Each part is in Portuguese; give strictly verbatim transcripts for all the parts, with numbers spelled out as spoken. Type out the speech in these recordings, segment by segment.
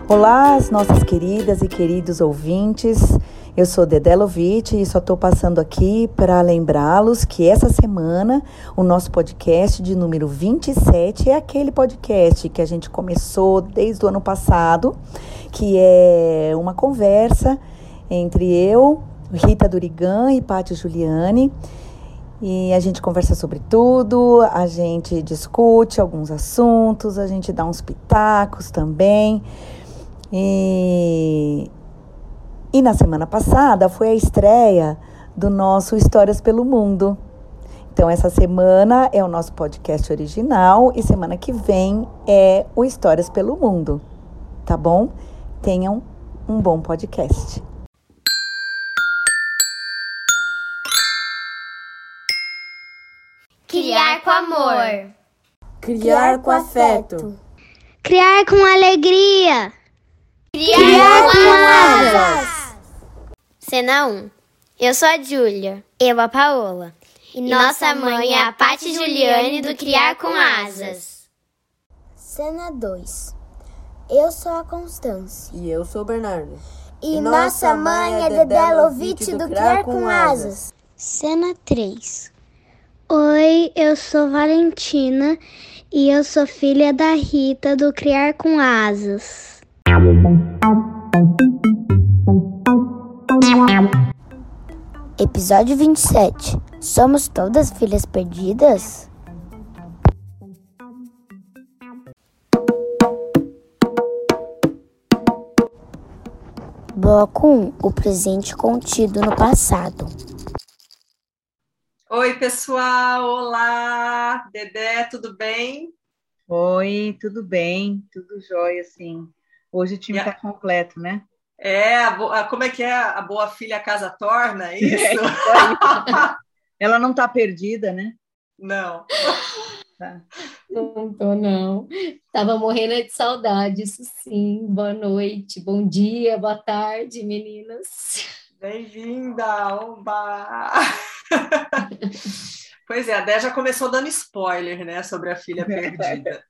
Olá, as nossas queridas e queridos ouvintes. Eu sou Dedé Lovitch e só estou passando aqui para lembrá-los que essa semana o nosso podcast de número vinte e sete é aquele podcast que a gente começou desde o ano passado, que é uma conversa entre eu, Rita Durigan e Patti Giuliani. E a gente conversa sobre tudo, a gente discute alguns assuntos, a gente dá uns pitacos também. E, e na semana passada foi a estreia do nosso Histórias pelo Mundo. Então, essa semana é o nosso podcast original e semana que vem é o Histórias pelo Mundo. Tá bom? Tenham um bom podcast. Criar com amor. Criar com afeto. Criar com alegria. Criar, Criar com asas. Cena um. Eu sou a Júlia. Eu a Paola. E, e nossa mãe é a Patti Giuliani do Criar com Asas. Cena dois. Eu sou a Constância. E eu sou o Bernardo. E, e nossa mãe é Dedé Lovitch do Criar com Asas. Cena três. Oi, eu sou Valentina e eu sou filha da Rita do Criar com Asas. Episódio vinte e sete. Somos todas filhas perdidas? Bloco um. O presente contido no passado. Oi, pessoal! Olá! Dedé, tudo bem? Oi, tudo bem, tudo jóia, sim. Hoje o time está completo, né? É, a bo... como é que é? A boa filha casa torna, é isso? É isso aí. Ela não está perdida, né? Não. Tá. Não tô, não. Tava morrendo de saudade, isso sim. Boa noite, bom dia, boa tarde, meninas. Bem-vinda, oba! Pois é, a Dé já começou dando spoiler, né, sobre a filha perdida.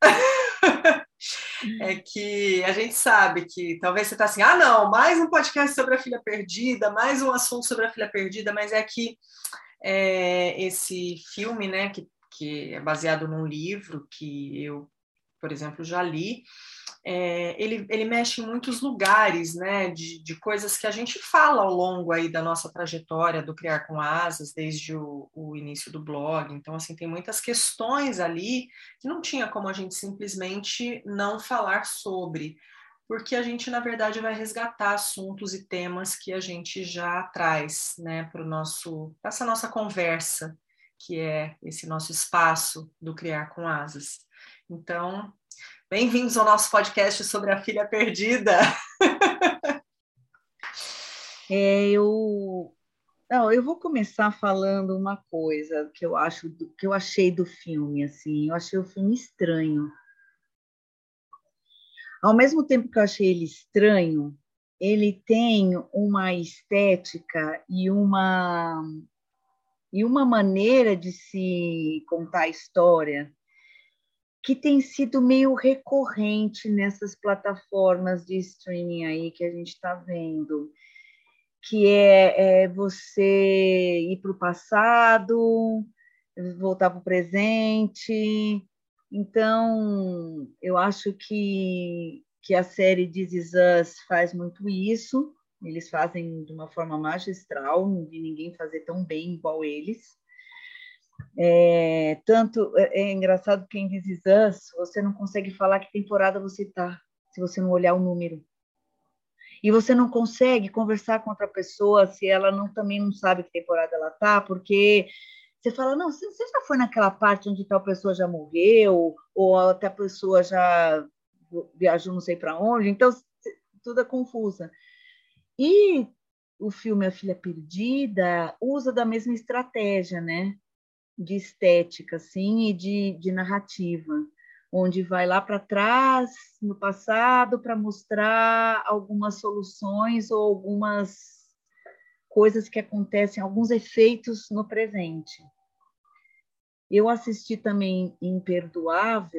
É que a gente sabe que talvez você está assim, ah, não, mais um podcast sobre a filha perdida, mais um assunto sobre a filha perdida, mas é que é, esse filme, né, que, que é baseado num livro que eu, por exemplo, já li, é, ele, ele mexe em muitos lugares, né, de, de coisas que a gente fala ao longo aí da nossa trajetória do Criar com Asas, desde o, o início do blog. Então, assim, tem muitas questões ali que não tinha como a gente simplesmente não falar sobre, porque a gente, na verdade, vai resgatar assuntos e temas que a gente já traz, né, para o nosso, para essa nossa conversa, que é esse nosso espaço do Criar com Asas. Então, bem-vindos ao nosso podcast sobre a filha perdida. É, eu, não, eu vou começar falando uma coisa que eu acho, que eu achei do filme, assim, eu achei o filme estranho. Ao mesmo tempo que eu achei ele estranho, ele tem uma estética e uma e uma maneira de se contar a história que tem sido meio recorrente nessas plataformas de streaming aí que a gente está vendo, que é, é você ir para o passado, voltar para o presente. Então, eu acho que, que a série This Is Us faz muito isso, eles fazem de uma forma magistral, não vi ninguém fazer tão bem igual eles. É, tanto é, é engraçado que em This Is Us você não consegue falar que temporada você está, se você não olhar o número. E você não consegue conversar com outra pessoa se ela não, também não sabe que temporada ela está, porque você fala, não, você já foi naquela parte onde tal pessoa já morreu, ou até a pessoa já viajou não sei para onde, então tudo é confusa. E o filme A Filha Perdida usa da mesma estratégia, né? De estética, assim, e de, de narrativa, onde vai lá para trás, no passado, para mostrar algumas soluções ou algumas coisas que acontecem, alguns efeitos no presente. Eu assisti também Imperdoável,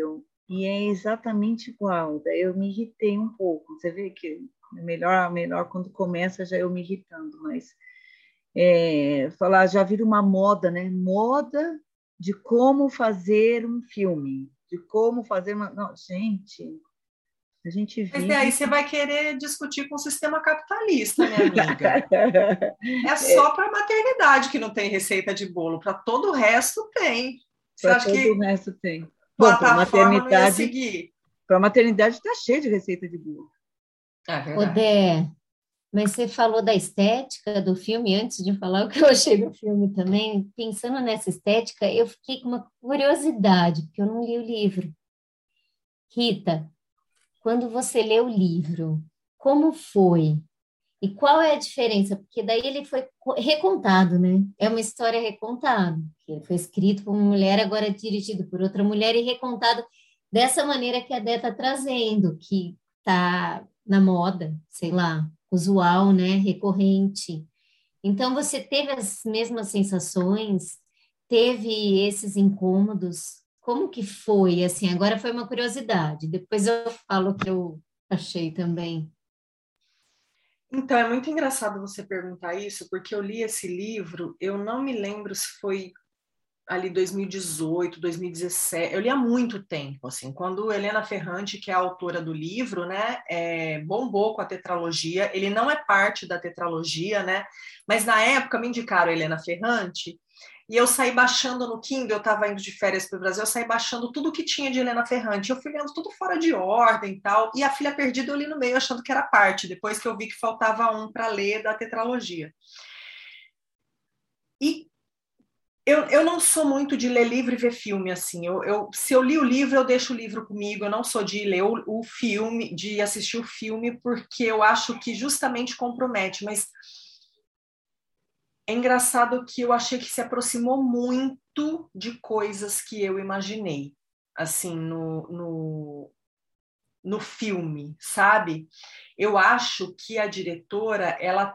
e é exatamente igual. Daí eu me irritei um pouco. Você vê que é melhor, melhor quando começa já eu me irritando, mas é, falar, já vira uma moda, né? Moda de como fazer um filme, de como fazer uma. Não, gente, a gente Mas vive. daí você vai querer discutir com o sistema capitalista, minha amiga. É É, só para a maternidade que não tem receita de bolo, para todo o resto tem. Você para acha todo o que resto tem. Bom, para plataforma não ia maternidade, seguir? para maternidade está cheio de receita de bolo. É Ô, verdade. Dé, mas você falou da estética do filme, antes de falar o que eu achei do filme também. Pensando nessa estética, eu fiquei com uma curiosidade, porque eu não li o livro. Rita, quando você lê o livro, como foi? E qual é a diferença? Porque daí ele foi co- recontado, né? É uma história recontada, que ele foi escrito por uma mulher, agora é dirigido por outra mulher e recontado dessa maneira que a Dé está trazendo, que está na moda, sei lá, usual, né? Recorrente. Então, você teve as mesmas sensações? Teve esses incômodos? Como que foi? Assim, agora foi uma curiosidade. Depois eu falo o que eu achei também. Então, é muito engraçado você perguntar isso, porque eu li esse livro, eu não me lembro se foi ali dois mil e dezoito, dois mil e dezessete, eu li há muito tempo, assim, quando Helena Ferrante, que é a autora do livro, né, é, bombou com a tetralogia, ele não é parte da tetralogia, né, mas na época me indicaram a Helena Ferrante, e eu saí baixando no Kindle, eu estava indo de férias para o Brasil, eu saí baixando tudo que tinha de Helena Ferrante, eu fui lendo tudo fora de ordem e tal, e A Filha Perdida eu li no meio achando que era parte, depois que eu vi que faltava um para ler da tetralogia. E Eu, eu não sou muito de ler livro e ver filme, assim. Eu, eu, se eu li o livro, eu deixo o livro comigo. Eu não sou de ler o, o filme, de assistir o filme, porque eu acho que justamente compromete. Mas é engraçado que eu achei que se aproximou muito de coisas que eu imaginei, assim, no, no, no filme, sabe? Eu acho que a diretora, ela...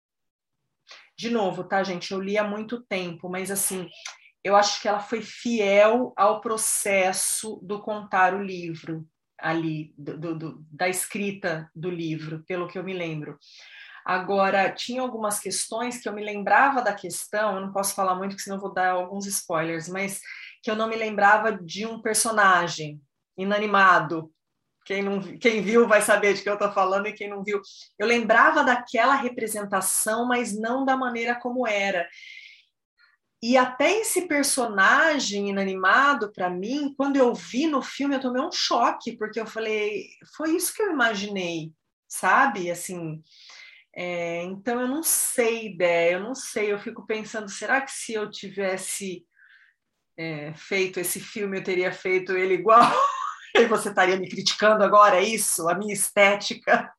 De novo, tá, gente? Eu li há muito tempo, mas assim... eu acho que ela foi fiel ao processo do contar o livro ali, do, do, do, da escrita do livro, pelo que eu me lembro. Agora, tinha algumas questões que eu me lembrava da questão, eu não posso falar muito, porque senão eu vou dar alguns spoilers, mas que eu não me lembrava de um personagem inanimado. Quem, não, quem viu vai saber de que eu estou falando e quem não viu. Eu lembrava daquela representação, mas não da maneira como era. E até esse personagem inanimado, para mim, quando eu vi no filme, eu tomei um choque, porque eu falei, foi isso que eu imaginei, sabe? Assim, é, então eu não sei, ideia, eu não sei, eu fico pensando, será que se eu tivesse é, feito esse filme, eu teria feito ele igual? E você estaria me criticando agora, é isso? A minha estética?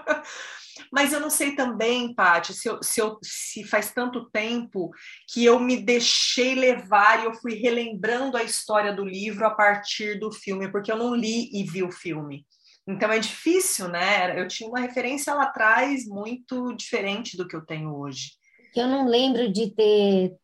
Mas eu não sei também, Paty, se, eu, se, eu, se faz tanto tempo que eu me deixei levar e eu fui relembrando a história do livro a partir do filme, porque eu não li e vi o filme. Então é difícil, né? Eu tinha uma referência lá atrás muito diferente do que eu tenho hoje. Eu não lembro de ter,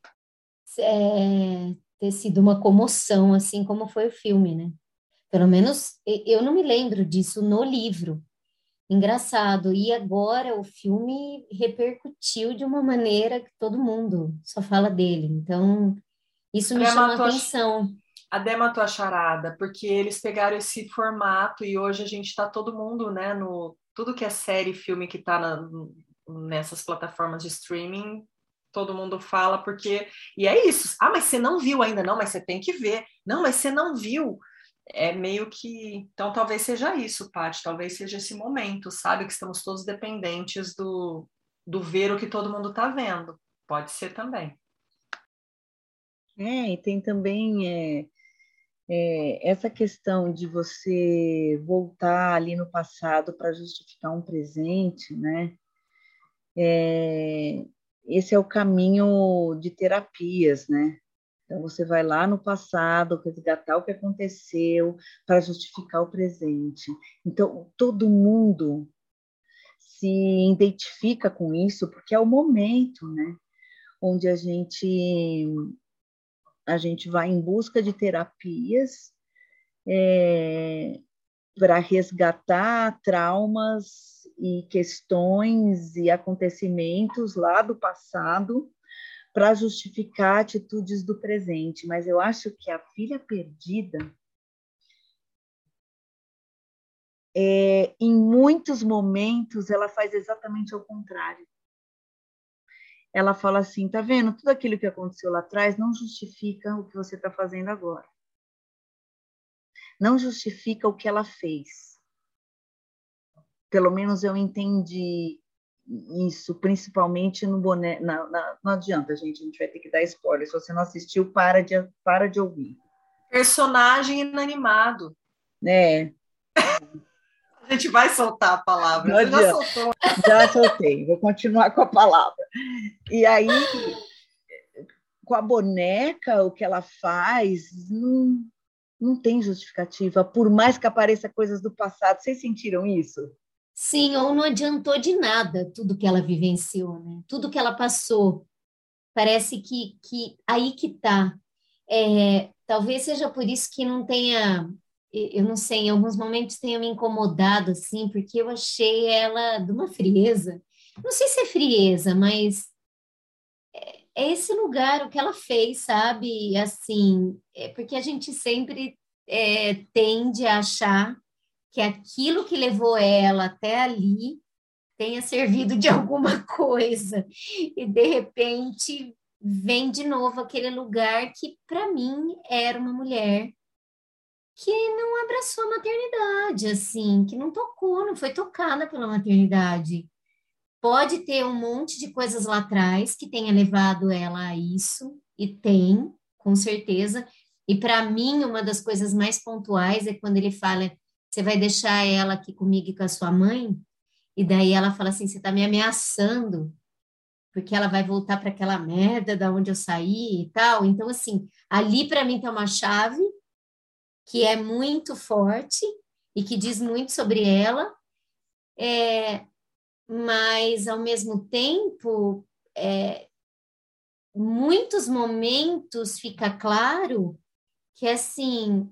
é, ter sido uma comoção, assim como foi o filme, né? Pelo menos eu não me lembro disso no livro. Engraçado. E agora o filme repercutiu de uma maneira que todo mundo só fala dele. Então, isso me chama a atenção. A Dé matou a charada, porque eles pegaram esse formato e hoje a gente está todo mundo, né, no tudo que é série, filme que está na, nessas plataformas de streaming, todo mundo fala porque... E é isso. Ah, mas você não viu ainda? Não, mas você tem que ver. Não, mas você não viu. É meio que... Então, talvez seja isso, Paty. Talvez seja esse momento, sabe? Que estamos todos dependentes do, do ver o que todo mundo está vendo. Pode ser também. É, e tem também é, é, essa questão de você voltar ali no passado para justificar um presente, né? É, esse é o caminho de terapias, né? Então, você vai lá no passado, resgatar o que aconteceu para justificar o presente. Então, todo mundo se identifica com isso, porque é o momento, né? Onde a gente, a gente vai em busca de terapias é, para resgatar traumas e questões e acontecimentos lá do passado para justificar atitudes do presente. Mas eu acho que a filha perdida, é, em muitos momentos, ela faz exatamente ao contrário. Ela fala assim, tá vendo? Tudo aquilo que aconteceu lá atrás não justifica o que você está fazendo agora. Não justifica o que ela fez. Pelo menos eu entendi isso, principalmente no boné. Na, na, não adianta, gente, a gente vai ter que dar spoiler. Se você não assistiu, para de, para de ouvir. Personagem inanimado. É. A gente vai soltar a palavra. Não Você adianta. já soltou. Já soltei, vou continuar com a palavra. E aí, com a boneca, o que ela faz, não, não tem justificativa, por mais que apareça coisas do passado. Vocês sentiram isso? Sim, ou não adiantou de nada tudo que ela vivenciou, né? Tudo que ela passou. Parece que, que aí que tá. É, talvez seja por isso que não tenha, eu não sei, em alguns momentos tenha me incomodado, assim, porque eu achei ela de uma frieza. Não sei se é frieza, mas é, é esse lugar, o que ela fez, sabe? Assim, é porque a gente sempre é, tende a achar que aquilo que levou ela até ali tenha servido de alguma coisa. E, de repente, vem de novo aquele lugar que, para mim, era uma mulher que não abraçou a maternidade, assim, que não tocou, não foi tocada pela maternidade. Pode ter um monte de coisas lá atrás que tenha levado ela a isso, e tem, com certeza. E, para mim, uma das coisas mais pontuais é quando ele fala, você vai deixar ela aqui comigo e com a sua mãe? E daí ela fala assim, você está me ameaçando, porque ela vai voltar para aquela merda da onde eu saí e tal. Então, assim, ali para mim tem uma chave que é muito forte e que diz muito sobre ela, é, mas, ao mesmo tempo, é, muitos momentos fica claro que, assim,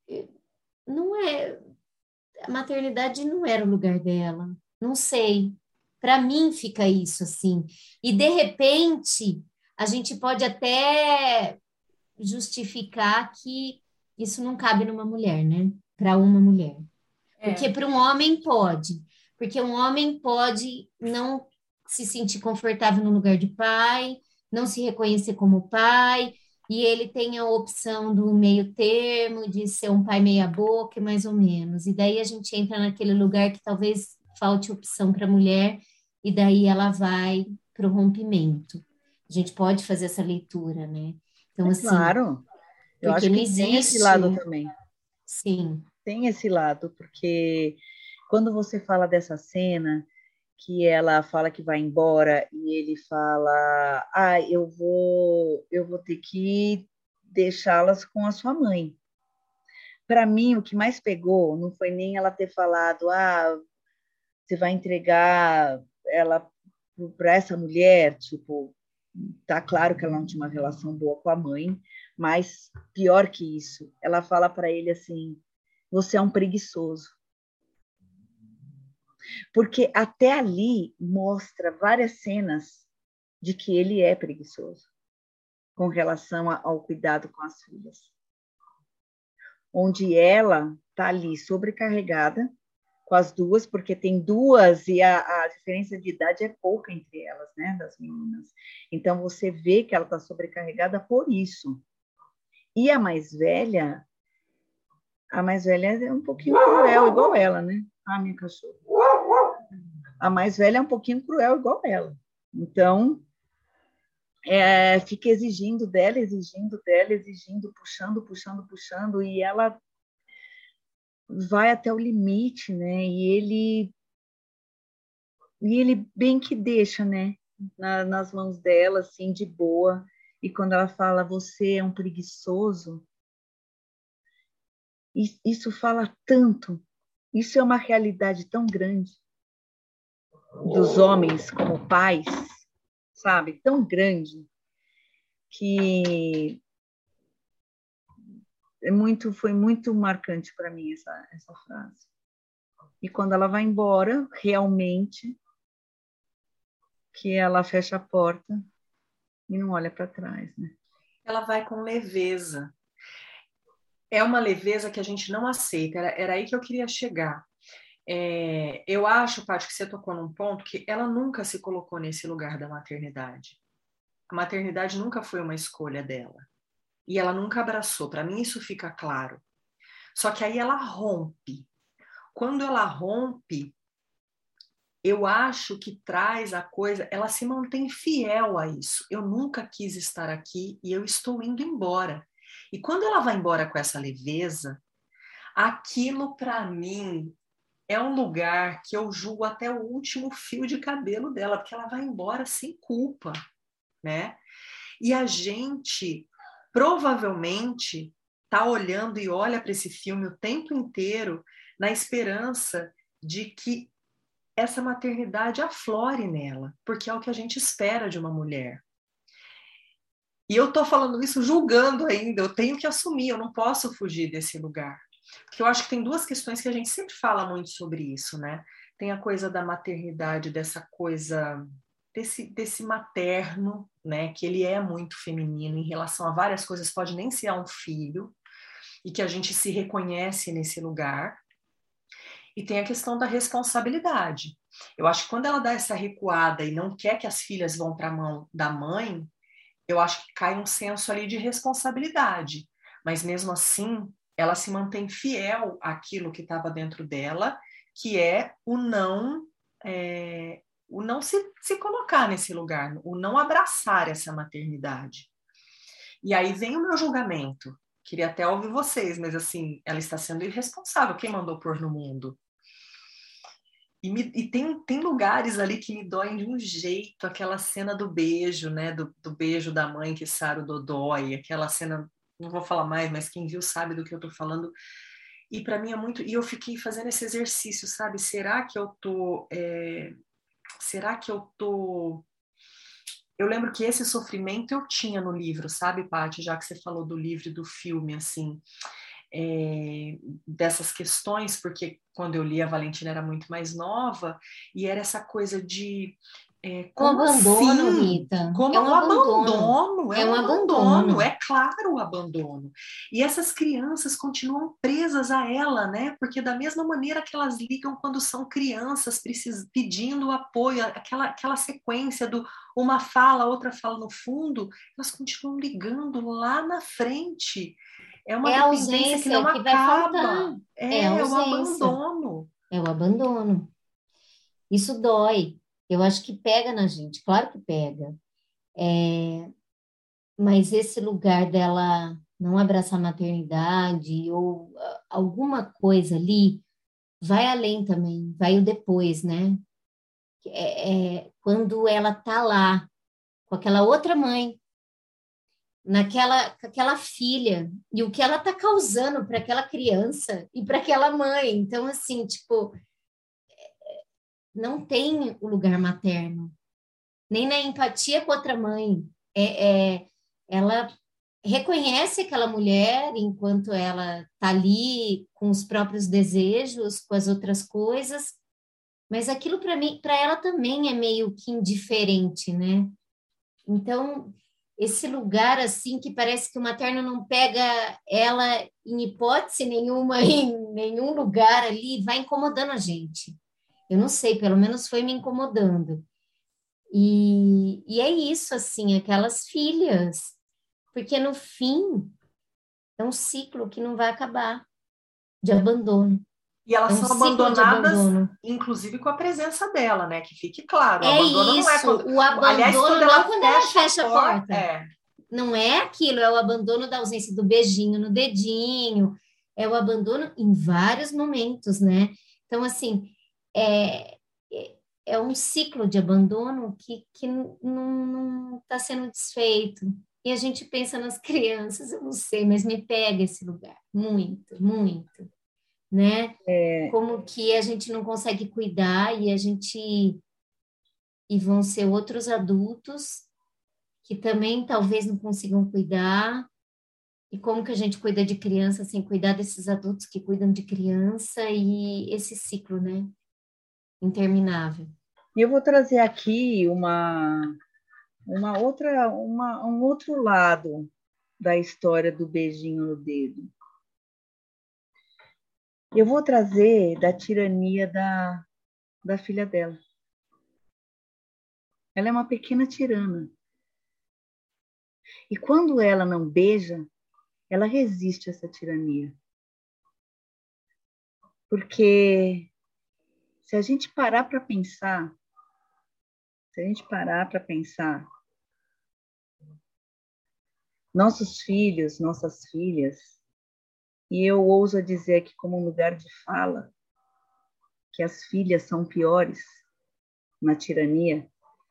não é, a maternidade não era o lugar dela. Não sei. Para mim fica isso assim. E de repente a gente pode até justificar que isso não cabe numa mulher, né? Para uma mulher. Porque É. para um homem pode. Porque um homem pode não se sentir confortável no lugar de pai, não se reconhecer como pai, e ele tem a opção do meio termo, de ser um pai meia boca, mais ou menos. E daí a gente entra naquele lugar que talvez falte opção para a mulher, e daí ela vai para o rompimento. A gente pode fazer essa leitura, né? Então, assim, Claro, eu porque acho não que tem esse existe... lado também. Sim. Tem esse lado, porque quando você fala dessa cena, que ela fala que vai embora e ele fala, ah, eu vou, eu vou ter que deixá-las com a sua mãe. Para mim, o que mais pegou não foi nem ela ter falado, ah, você vai entregar ela para essa mulher, tipo, tá claro que ela não tinha uma relação boa com a mãe, mas pior que isso, ela fala para ele assim, você é um preguiçoso. Porque até ali mostra várias cenas de que ele é preguiçoso com relação ao cuidado com as filhas. Onde ela está ali sobrecarregada com as duas, porque tem duas e a, a diferença de idade é pouca entre elas, né, das meninas. Então você vê que ela está sobrecarregada por isso. E a mais velha, a mais velha é um pouquinho cruel, igual ela, né? Ah, minha cachorra. A mais velha é um pouquinho cruel, igual ela. Então, é, fica exigindo dela, exigindo dela, exigindo, puxando, puxando, puxando, e ela vai até o limite, né? E ele, e ele bem que deixa, né? Na, nas mãos dela, assim, de boa. E quando ela fala, você é um preguiçoso, isso fala tanto. Isso é uma realidade tão grande dos homens como pais, sabe? Tão grande que é muito, foi muito marcante para mim essa, essa frase. E quando ela vai embora, realmente, que ela fecha a porta e não olha para trás, né? Ela vai com leveza. É uma leveza que a gente não aceita. Era, era aí que eu queria chegar. É, eu acho, Paty, que você tocou num ponto que ela nunca se colocou nesse lugar da maternidade. A maternidade nunca foi uma escolha dela. E ela nunca abraçou. Para mim isso fica claro. Só que aí ela rompe. Quando ela rompe, eu acho que traz a coisa, ela se mantém fiel a isso. Eu nunca quis estar aqui e eu estou indo embora. E quando ela vai embora com essa leveza, aquilo para mim é um lugar que eu julgo até o último fio de cabelo dela, porque ela vai embora sem culpa, né? E a gente provavelmente tá olhando e olha para esse filme o tempo inteiro na esperança de que essa maternidade aflore nela, porque é o que a gente espera de uma mulher. E eu tô falando isso julgando ainda, eu tenho que assumir, eu não posso fugir desse lugar. Porque eu acho que tem duas questões que a gente sempre fala muito sobre isso, né? Tem a coisa da maternidade, dessa coisa, desse, desse materno, né? Que ele é muito feminino em relação a várias coisas, pode nem ser um filho, e que a gente se reconhece nesse lugar. E tem a questão da responsabilidade. Eu acho que quando ela dá essa recuada e não quer que as filhas vão para a mão da mãe, eu acho que cai um senso ali de responsabilidade. Mas mesmo assim, ela se mantém fiel àquilo que estava dentro dela, que é o não, é, o não se, se colocar nesse lugar, o não abraçar essa maternidade. E aí vem o meu julgamento. Queria até ouvir vocês, mas assim, ela está sendo irresponsável. Quem mandou pôr no mundo? E, me, e tem, tem lugares ali que me doem de um jeito, aquela cena do beijo, né? Do, do beijo da mãe que Sara dodói, aquela cena, não vou falar mais, mas quem viu sabe do que eu tô falando. E para mim é muito... E eu fiquei fazendo esse exercício, sabe? Será que eu tô... É, será que eu tô... Eu lembro que esse sofrimento eu tinha no livro, sabe, Paty? Já que você falou do livro e do filme, assim... É, dessas questões, porque quando eu li a Valentina era muito mais nova, e era essa coisa de é, como um abandono, assim? Rita. Como é um um abandono, abandono. é, é um um abandono, abandono. é claro o abandono. E essas crianças continuam presas a ela, né? Porque da mesma maneira que elas ligam quando são crianças, precis, pedindo apoio, aquela, aquela sequência do uma fala, outra fala no fundo, elas continuam ligando lá na frente. É uma é dependência que não que vai acaba. faltar. É, é a é o ausência. abandono. É o abandono. Isso dói. Eu acho que pega na gente, claro que pega. É, mas esse lugar dela não abraçar a maternidade ou alguma coisa ali, vai além também, vai o depois, né? É, é, quando ela tá lá com aquela outra mãe, naquela aquela filha, e o que ela tá causando para aquela criança e para aquela mãe. Então, assim, tipo, não tem o lugar materno, nem na empatia com outra mãe. É, é, ela reconhece aquela mulher enquanto ela tá ali com os próprios desejos, com as outras coisas, mas aquilo para mim, para ela também é meio que indiferente, né? Então, esse lugar assim que parece que o materno não pega ela em hipótese nenhuma, em nenhum lugar ali, vai incomodando a gente. Eu não sei, pelo menos foi me incomodando. E, e é isso, assim, aquelas filhas, porque no fim é um ciclo que não vai acabar de abandono. E elas é um são abandonadas, inclusive com a presença dela, né? Que fique claro. É o abandono isso, não é quando... o abandono Aliás, quando não ela quando ela fecha, fecha a porta. porta. É. Não é aquilo, é o abandono da ausência do beijinho no dedinho, é o abandono em vários momentos, né? Então, assim, é, é um ciclo de abandono que, que não está sendo desfeito. E a gente pensa nas crianças, eu não sei, mas me pega esse lugar, muito, muito, né? É. Como que a gente não consegue cuidar e a gente... E vão ser outros adultos que também talvez não consigam cuidar E como que a gente cuida de criança sem cuidar desses adultos que cuidam de criança e esse ciclo, né? Interminável. E eu vou trazer aqui uma, uma outra, uma, um outro lado da história do beijinho no dedo. Eu vou trazer da tirania da, da filha dela. Ela é uma pequena tirana. E quando ela não beija, ela resiste a essa tirania. Porque se a gente parar para pensar, se a gente parar para pensar, nossos filhos, nossas filhas, e eu ouso dizer aqui como um lugar de fala, que as filhas são piores na tirania,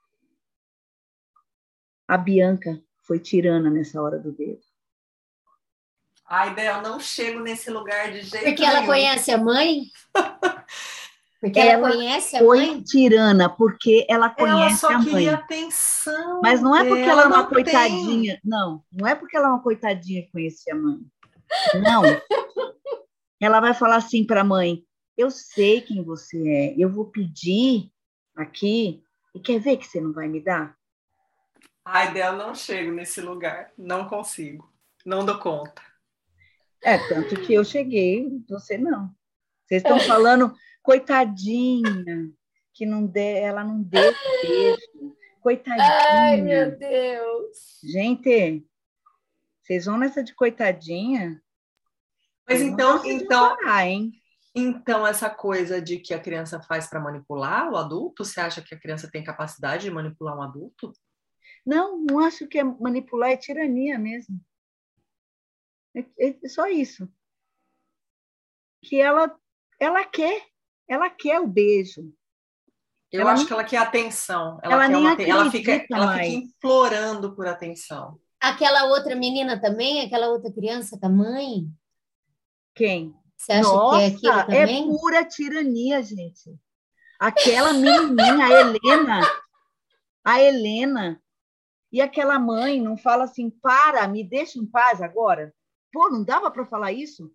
a Bianca foi tirana nessa hora do dedo. Ai, Bel, não chego nesse lugar de jeito Porque nenhum. ela conhece a mãe? Porque ela, ela conhece a foi mãe? tirana, porque ela conhece ela a mãe. Ela só queria atenção. Mas não é porque ela, ela é uma coitadinha. Tem. Não, não é porque ela é uma coitadinha que conhecia a mãe. Não. Ela vai falar assim para a mãe, eu sei quem você é, eu vou pedir aqui, e quer ver que você não vai me dar? Ai, Bel, não chego nesse lugar. Não consigo. Não dou conta. É, tanto que eu cheguei, você não. Vocês estão falando, coitadinha, que não dê, ela não deu beijo. Coitadinha. Ai, meu Deus. Gente, vocês vão nessa de coitadinha? Mas então, então, parar, hein? então, essa coisa de que a criança faz para manipular o adulto, você acha que a criança tem capacidade de manipular um adulto? Não, não acho que é manipular, é tirania mesmo. É, é só isso. Que ela, ela quer, ela quer o beijo. Eu ela acho nem, que ela quer atenção. Ela, ela quer nem uma, acredita ela fica, ela mais. fica implorando por atenção. Aquela outra menina também, aquela outra criança com a mãe? Quem? Você acha Nossa, que é aquilo também? É pura tirania, gente. Aquela menininha, a Helena, a Helena, e aquela mãe não fala assim, para, me deixa em paz agora. Pô, não dava para falar isso?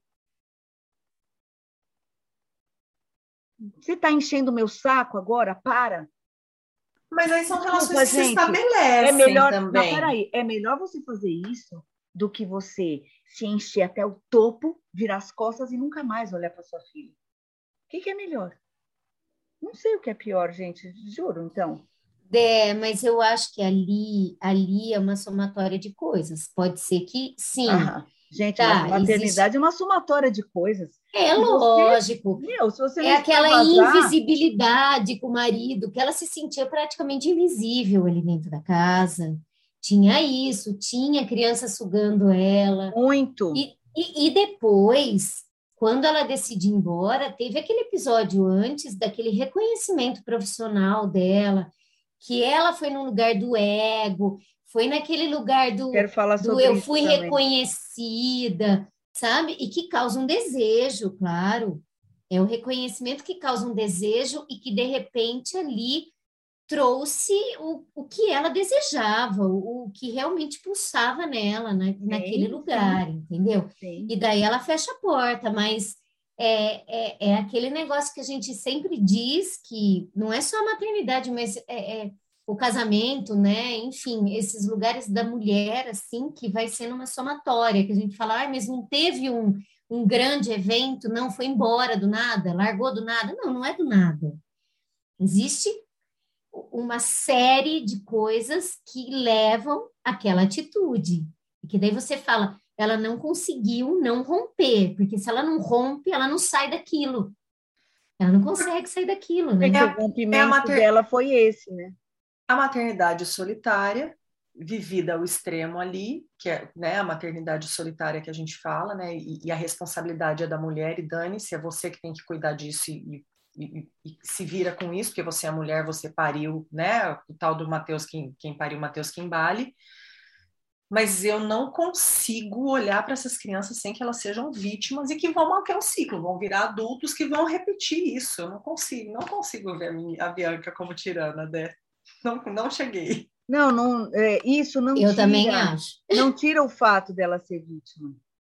Você está enchendo o meu saco agora? Para. Mas aí são relações Desculpa, que se gente, estabelecem é melhor, também. Não, peraí, é melhor você fazer isso do que você se encher até o topo, virar as costas e nunca mais olhar para sua filha. O que, que é melhor? Não sei o que é pior, gente, juro, então. É, mas eu acho que ali, ali é uma somatória de coisas. Pode ser que sim. Ah, gente, tá, mas a maternidade existe... é uma somatória de coisas. É lógico. Você, meu, se você é aquela extravasar... invisibilidade com o marido, que ela se sentia praticamente invisível ali dentro da casa. Tinha isso, tinha criança sugando ela. Muito. E, e, e depois, quando ela decidiu ir embora, teve aquele episódio antes daquele reconhecimento profissional dela, que ela foi no lugar do ego, foi naquele lugar do, Quero falar do sobre eu isso fui também. Reconhecida, sabe? E que causa um desejo, claro. É o reconhecimento que causa um desejo e que, de repente, ali trouxe o, o que ela desejava, o, o que realmente pulsava nela, né? Sim, naquele lugar, sim. Entendeu? Sim. E daí ela fecha a porta, mas... É, é, é aquele negócio que a gente sempre diz que não é só a maternidade, mas é, é o casamento, né? Enfim, esses lugares da mulher, assim, que vai sendo uma somatória, que a gente fala, ah, mas não teve um, um grande evento, não foi embora do nada, largou do nada. Não, não é do nada. Existe uma série de coisas que levam àquela atitude. E que daí você fala... ela não conseguiu não romper, porque se ela não rompe, ela não sai daquilo. Ela não consegue sair daquilo, né? É, o rompimento é mater... dela foi esse, né? A maternidade solitária, vivida ao extremo ali, que é, né, a maternidade solitária que a gente fala, né? E, e a responsabilidade é da mulher, e dane-se, é você que tem que cuidar disso e, e, e se vira com isso, porque você é mulher, você pariu, né? O tal do Mateus, quem, quem pariu, Mateus que embale. Mas eu não consigo olhar para essas crianças sem que elas sejam vítimas e que vão manter um ciclo, vão virar adultos que vão repetir isso. Eu não consigo, não consigo ver a, minha, a Bianca como tirana, né? Não, não cheguei. Não, não é, isso não Eu tira, também acho. Não tira o fato dela ser vítima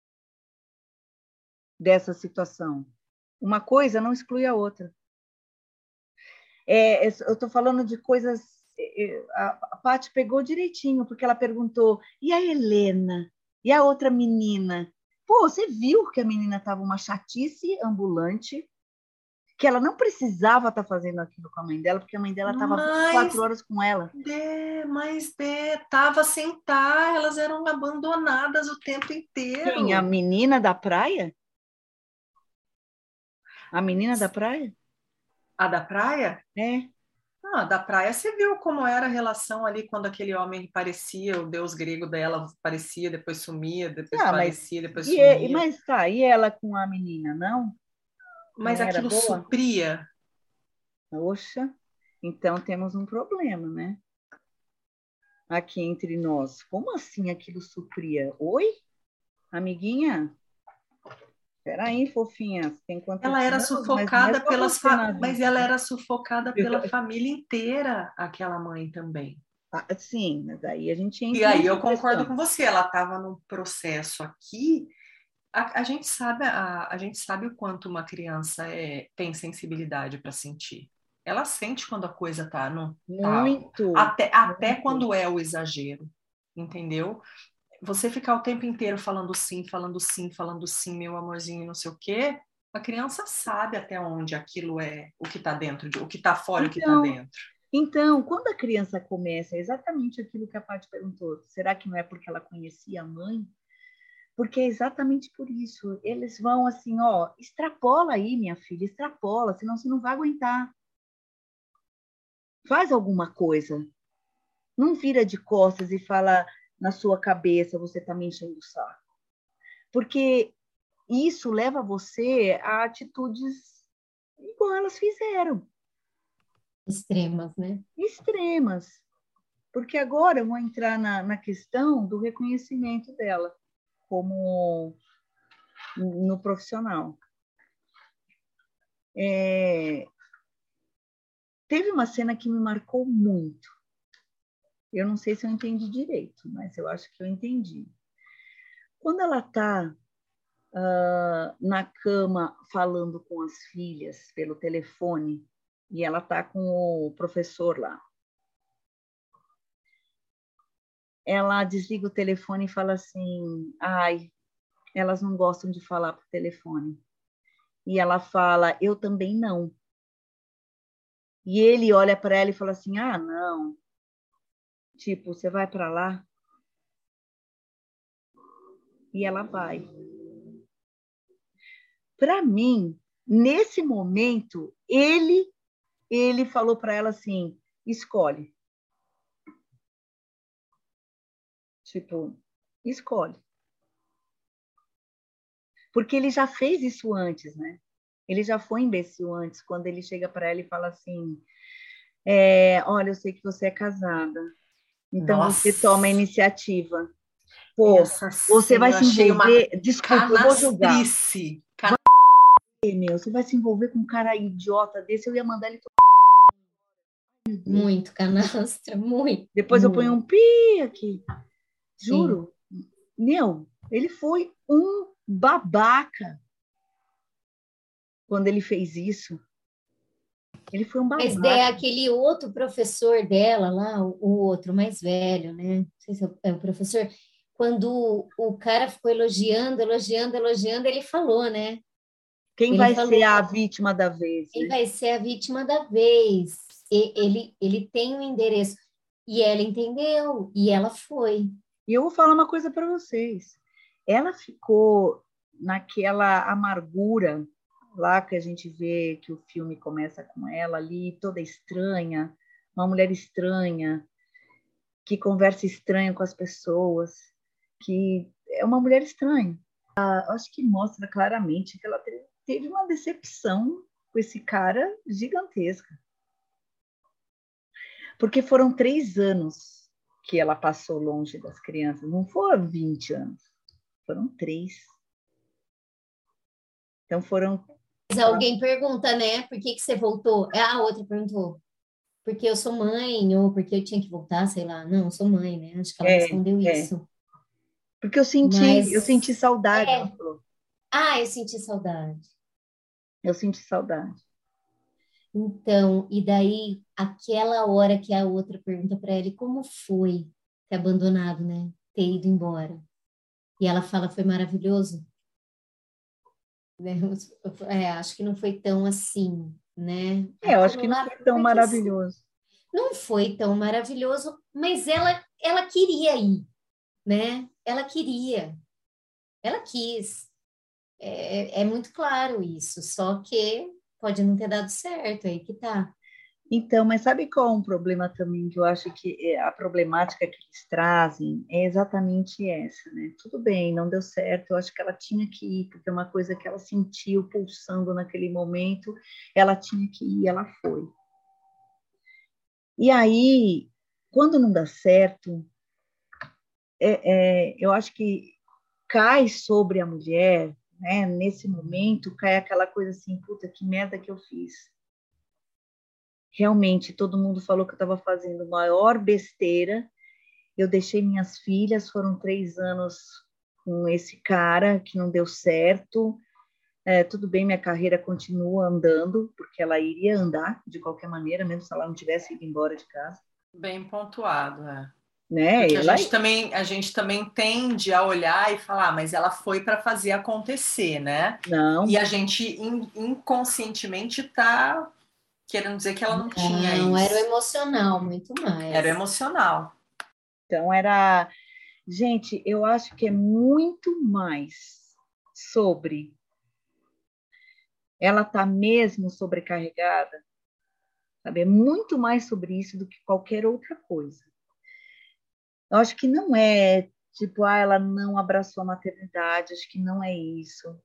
dessa situação. Uma coisa não exclui a outra. É, eu estou falando de coisas... A, a Paty pegou direitinho, porque ela perguntou, e a Helena? E a outra menina? Pô, você viu que a menina estava uma chatice ambulante, que ela não precisava estar tá fazendo aquilo com a mãe dela, porque a mãe dela estava vinte e quatro horas com ela. De, mas estava sem estar, elas eram abandonadas o tempo inteiro. Quem? A menina da praia? A menina da praia? A da praia? É. Ah, da praia você viu como era a relação ali quando aquele homem parecia, o deus grego dela aparecia, depois sumia, depois ah, aparecia, mas, depois e sumia. É, mas tá, e ela com a menina, não? Mas não aquilo supria? Oxa, então temos um problema, né? Aqui entre nós. Como assim aquilo supria? Oi? Amiguinha? Peraí, fofinha. Tem quantos ela era anos? sufocada mas é pelas fa... mas ela era sufocada pela família inteira, aquela mãe também. Ah, sim, mas aí a gente entra. E aí eu concordo questão. com você, ela estava num processo aqui. A, a gente sabe a, a gente sabe o quanto uma criança é, tem sensibilidade para sentir. Ela sente quando a coisa tá no muito tá, até muito. até quando é o exagero, entendeu? Você ficar o tempo inteiro falando sim, falando sim, falando sim, meu amorzinho, não sei o quê, a criança sabe até onde aquilo é o que está dentro, o que está fora, então, o que está dentro. Então, quando a criança começa, é exatamente aquilo que a Paty perguntou, será que não é porque ela conhecia a mãe? Porque é exatamente por isso. Eles vão assim, ó, extrapola aí, minha filha, extrapola, senão você não vai aguentar. Faz alguma coisa. Não vira de costas e fala na sua cabeça, você está me enchendo o saco. Porque isso leva você a atitudes igual elas fizeram. Extremas, né? Extremas. Porque agora eu vou entrar na, na questão do reconhecimento dela como no profissional. É... Teve uma cena que me marcou muito. Eu não sei se eu entendi direito, mas eu acho que eu entendi. Quando ela está uh, na cama falando com as filhas pelo telefone, e ela está com o professor lá, ela desliga o telefone e fala assim, ai, elas não gostam de falar por telefone. E ela fala, eu também não. E ele olha para ela e fala assim, ah, não. Tipo, você vai para lá? E ela vai. Para mim, nesse momento, ele, ele falou para ela assim, escolhe. Tipo, escolhe. Porque ele já fez isso antes, né? Ele já foi imbecil antes, quando ele chega para ela e fala assim, é, olha, eu sei que você é casada, então Nossa. Você toma a iniciativa. Pô, Essa você vai se envolver... Desculpa, eu vou julgar. Can... Meu, você vai se envolver com um cara idiota desse, eu ia mandar ele... Muito canastra, muito. Depois muito. eu ponho um pi aqui. Juro. Sim. Meu, ele foi um babaca quando ele fez isso. Ele foi um babaca. Mas é aquele outro professor dela lá, o outro mais velho, né? Não sei se é o professor. Quando o cara ficou elogiando, elogiando, elogiando, ele falou, né? Quem ele vai falou, ser a vítima da vez? Quem né? vai ser a vítima da vez? E, ele, ele tem o um endereço. E ela entendeu, e ela foi. E eu vou falar uma coisa para vocês. Ela ficou naquela amargura lá que a gente vê que o filme começa com ela ali, toda estranha, uma mulher estranha, que conversa estranho com as pessoas, que é uma mulher estranha. Ah, acho que mostra claramente que ela teve uma decepção com esse cara gigantesca. Porque foram três anos que ela passou longe das crianças, não foram vinte anos, foram três. Então foram... Mas alguém pergunta, né? Por que, que você voltou? A outra perguntou. porque eu sou mãe, ou porque eu tinha que voltar, sei lá. Não, eu sou mãe, né? Acho que ela É, respondeu é. isso. Porque eu senti, eu senti Mas, saudade, ela é. falou. Ah, eu senti saudade. Eu senti saudade. Então, e daí, aquela hora que a outra pergunta para ele como foi ter abandonado, né? Ter ido embora. E ela fala, foi maravilhoso. Né? É, acho que não foi tão assim, né? É, eu acho Aquilo que não lá, foi tão porque assim, maravilhoso. não foi tão maravilhoso, mas ela, ela queria ir, né? Ela queria, ela quis. É, é muito claro isso, só que pode não ter dado certo, aí que tá. Então, mas sabe qual é um problema também que eu acho que é a problemática que eles trazem é exatamente essa, né? Tudo bem, não deu certo, eu acho que ela tinha que ir, porque é uma coisa que ela sentiu pulsando naquele momento, ela tinha que ir, ela foi. E aí, quando não dá certo, é, é, eu acho que cai sobre a mulher, né? Nesse momento, cai aquela coisa assim, puta, que merda que eu fiz. Realmente, todo mundo falou que eu estava fazendo maior besteira. Eu deixei minhas filhas, foram três anos com esse cara que não deu certo. É, tudo bem, minha carreira continua andando, porque ela iria andar de qualquer maneira, mesmo se ela não tivesse ido embora de casa. Bem pontuado, é. Né? Porque Ela... a gente também a gente também tende a olhar e falar, ah, mas ela foi para fazer acontecer, né? Não. E a gente inconscientemente está querendo dizer que ela não, não tinha isso. Não, era o emocional, muito mais. Era o emocional. Então, era... Gente, eu acho que é muito mais sobre... Ela tá mesmo sobrecarregada, sabe? É muito mais sobre isso do que qualquer outra coisa. Eu acho que não é, tipo, ah, ela não abraçou a maternidade, acho que não é isso.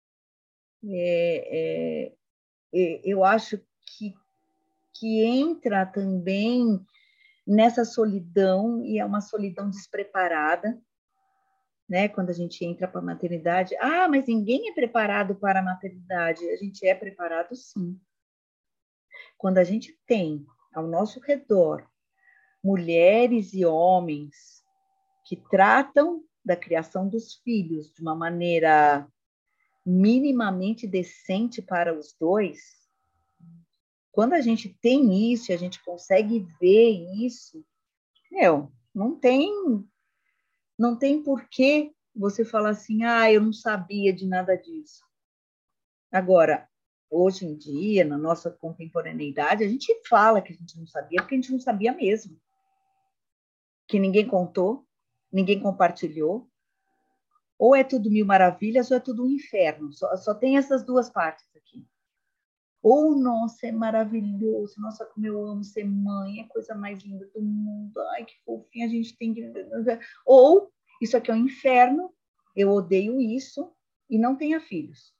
É, é, é, eu acho que, que entra também nessa solidão, e é uma solidão despreparada, né? Quando a gente entra para a maternidade, ah, mas ninguém é preparado para a maternidade. A gente é preparado, sim. Quando a gente tem ao nosso redor mulheres e homens que tratam da criação dos filhos de uma maneira minimamente decente para os dois, quando a gente tem isso e a gente consegue ver isso, meu, não tem, não tem porquê você falar assim, ah, eu não sabia de nada disso. Agora, hoje em dia, na nossa contemporaneidade, a gente fala que a gente não sabia, porque a gente não sabia mesmo. Que ninguém contou, ninguém compartilhou. Ou é tudo mil maravilhas, ou é tudo um inferno. Só, só tem essas duas partes aqui. Ou, nossa, é maravilhoso, nossa, como eu amo ser mãe, é a coisa mais linda do mundo, ai, que fofinha, a gente tem que... Ou, isso aqui é um inferno, eu odeio isso, e não tenha filhos.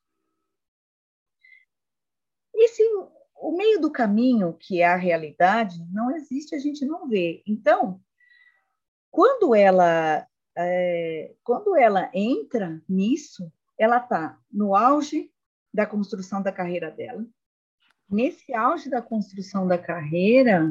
E se o meio do caminho, que é a realidade, não existe, a gente não vê. Então, quando ela, é, quando ela entra nisso, ela está no auge da construção da carreira dela. Nesse auge da construção da carreira,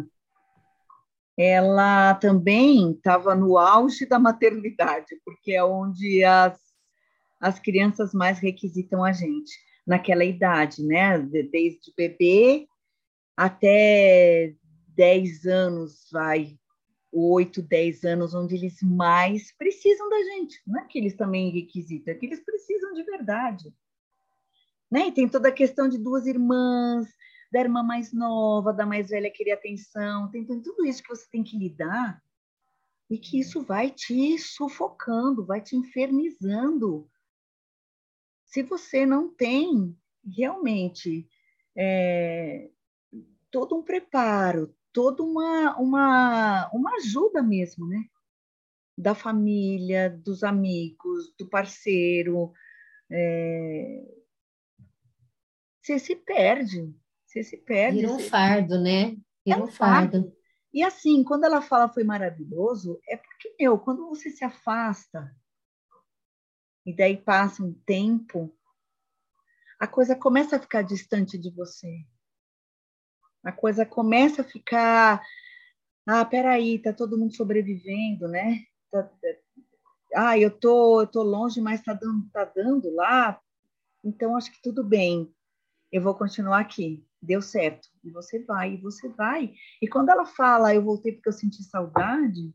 ela também estava no auge da maternidade, porque é onde as, as crianças mais requisitam a gente, naquela idade, né? Desde bebê até dez anos, vai, oito, dez anos, onde eles mais precisam da gente. Não é que eles também requisitam, é que eles precisam de verdade. Né? E tem toda a questão de duas irmãs, da irmã mais nova, da mais velha querer atenção, tem tudo isso que você tem que lidar e que isso vai te sufocando, vai te infernizando. Se você não tem realmente é, todo um preparo, toda uma, uma, uma ajuda mesmo, né? Da família, dos amigos, do parceiro, é... você se perde. Você se perde. Vira um você... fardo, né? Vira é um um fardo. fardo. E assim, quando ela fala foi maravilhoso, é porque, meu, quando você se afasta, e daí passa um tempo, a coisa começa a ficar distante de você. A coisa começa a ficar, ah, peraí, tá todo mundo sobrevivendo, né? Tá, ah, eu tô, eu tô longe, mas tá dando, tá dando lá, então acho que tudo bem, eu vou continuar aqui, deu certo. E você vai, e você vai. E quando ela fala, eu voltei porque eu senti saudade,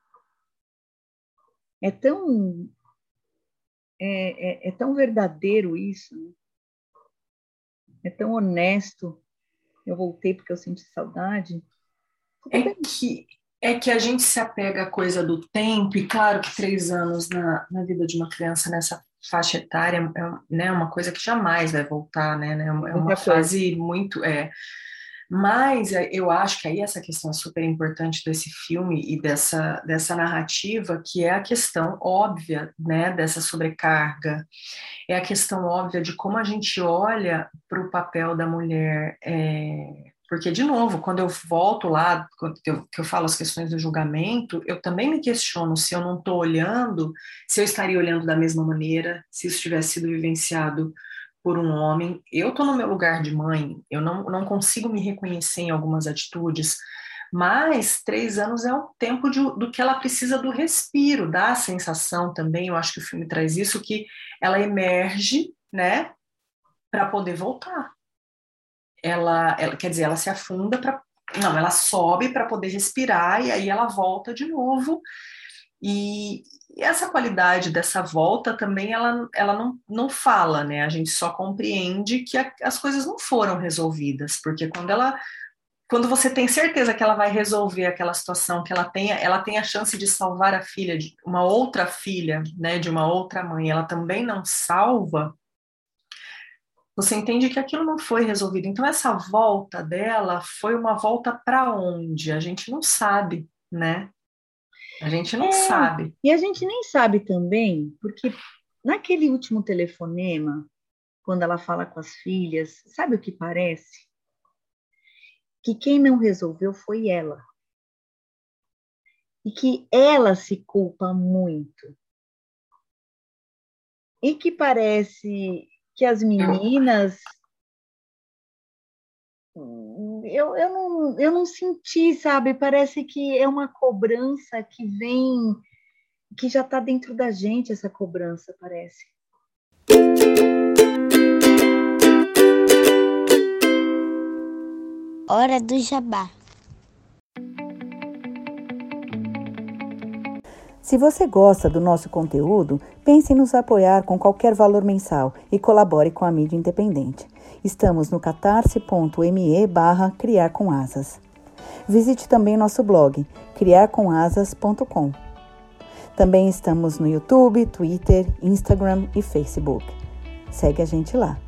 é tão, é, é, é tão verdadeiro isso, né? É tão honesto. Eu voltei porque eu senti saudade. Tudo É bem. que, é que a gente se apega à coisa do tempo, e claro que três anos na, na vida de uma criança nessa faixa etária é, né, uma coisa que jamais vai voltar, né? É uma, é uma fase muito... É, mas eu acho que aí essa questão é super importante desse filme e dessa, dessa narrativa, que é a questão óbvia, né, dessa sobrecarga, é a questão óbvia de como a gente olha para o papel da mulher, é, porque, de novo, quando eu volto lá, quando eu, que eu falo as questões do julgamento, eu também me questiono se eu não estou olhando, se eu estaria olhando da mesma maneira, se isso tivesse sido vivenciado por um homem. Eu estou no meu lugar de mãe, eu não, não consigo me reconhecer em algumas atitudes, mas três anos é um tempo de, do que ela precisa do respiro, da sensação também, eu acho que o filme traz isso, que ela emerge, né, para poder voltar. Ela, ela, quer dizer, ela se afunda para... Não, ela sobe para poder respirar e aí ela volta de novo. E essa qualidade dessa volta também, ela, ela não, não fala, né? A gente só compreende que a, as coisas não foram resolvidas, porque quando ela... Quando você tem certeza que ela vai resolver aquela situação, que ela tem, ela tem a chance de salvar a filha, de uma outra filha, né, de uma outra mãe, ela também não salva, você entende que aquilo não foi resolvido. Então, essa volta dela foi uma volta para onde? A gente não sabe, né? A gente não é, sabe. E a gente nem sabe também, porque naquele último telefonema, quando ela fala com as filhas, sabe o que parece? Que quem não resolveu foi ela. E que ela se culpa muito. E que parece que as meninas... Eu, eu, não, eu não senti, sabe? Parece que é uma cobrança que vem, que já está dentro da gente, essa cobrança, parece. Hora do jabá. Se você gosta do nosso conteúdo, pense em nos apoiar com qualquer valor mensal e colabore com a mídia independente. Estamos no catarse.me barra criar com asas. Visite também nosso blog, criar com asas ponto com. Também estamos no YouTube, Twitter, Instagram e Facebook. Segue a gente lá.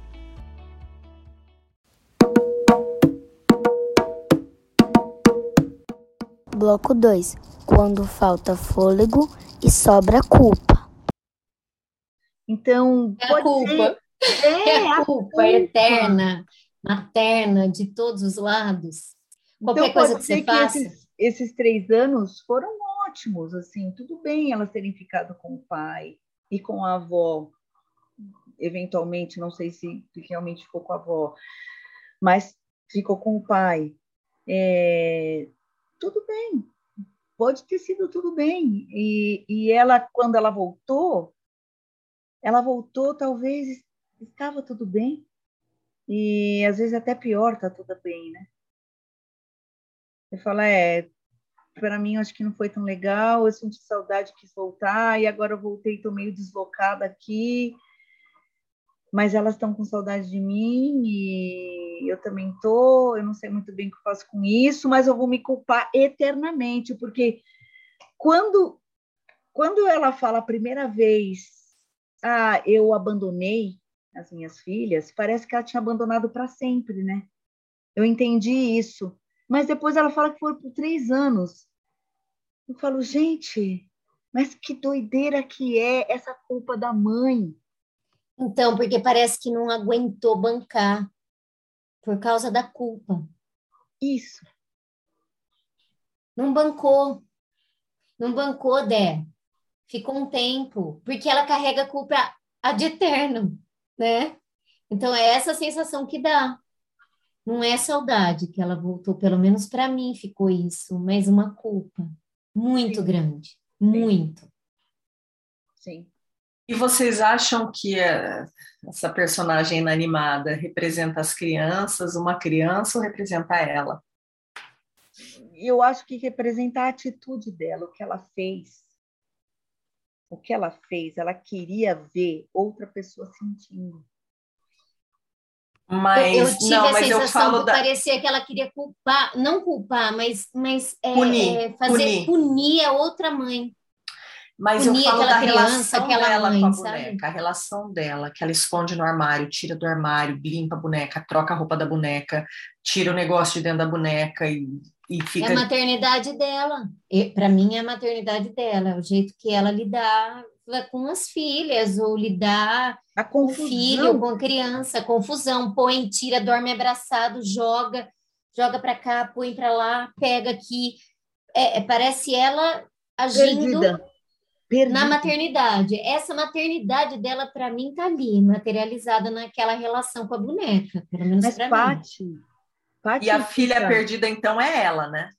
Bloco dois. Quando falta fôlego e sobra culpa. Então, É a pode culpa. ser... É, É a a culpa culpa. eterna, materna, de todos os lados. Qualquer Então, coisa pode que ser você que faça. esses, esses três anos foram ótimos, assim, tudo bem elas terem ficado com o pai e com a avó, eventualmente, não sei se realmente ficou com a avó, mas ficou com o pai. É, tudo bem, pode ter sido tudo bem. E, e ela, quando ela voltou, ela voltou, talvez estava tudo bem, e às vezes até pior, tá tudo bem, né? Eu falo, é, para mim, eu acho que não foi tão legal, eu senti saudade, quis voltar, e agora eu voltei, estou meio deslocada aqui, mas elas estão com saudade de mim, e eu também estou, eu não sei muito bem o que eu faço com isso, mas eu vou me culpar eternamente, porque quando, quando ela fala a primeira vez, ah, eu abandonei as minhas filhas, parece que ela tinha abandonado para sempre, né? Eu entendi isso. Mas depois ela fala que foi por três anos. Eu falo, gente, mas que doideira que é essa culpa da mãe. Então, porque parece que não aguentou bancar por causa da culpa. Isso. Não bancou. Não bancou, Dé. Ficou um tempo. Porque ela carrega a culpa ad eterno, né? Então, é essa sensação que dá. não é saudade que ela voltou, pelo menos para mim ficou isso, mas uma culpa muito Sim. grande, muito. Sim. E vocês acham que eh, essa personagem inanimada representa as crianças, uma criança ou representa ela? Eu acho que representa a atitude dela, o que ela fez. O que ela fez, ela queria ver outra pessoa sentindo. Mas eu, eu tive não, a mas eu sensação falo que da parecia que ela queria culpar, não culpar, mas, mas é, punir, é, fazer punir. punir a outra mãe. Mas eu Punir falo aquela da criança, relação aquela dela mãe, com a sabe? boneca, a relação dela, que ela esconde no armário, tira do armário, limpa a boneca, troca a roupa da boneca, tira o negócio de dentro da boneca e, e É fica. a maternidade dela. Para mim, é a maternidade dela, é o jeito que ela lidava com as filhas, ou lidar A com o confusão. filho, com a criança, confusão, põe, tira, dorme abraçado, joga, joga para cá, põe para lá, pega aqui. É, é, parece ela agindo Perdida. Perdida. na maternidade. Essa maternidade dela, para mim, tá ali, materializada naquela relação com a boneca, pelo menos Mas, para mim. Paty, Paty E a filha fica- perdida, então, é ela, né?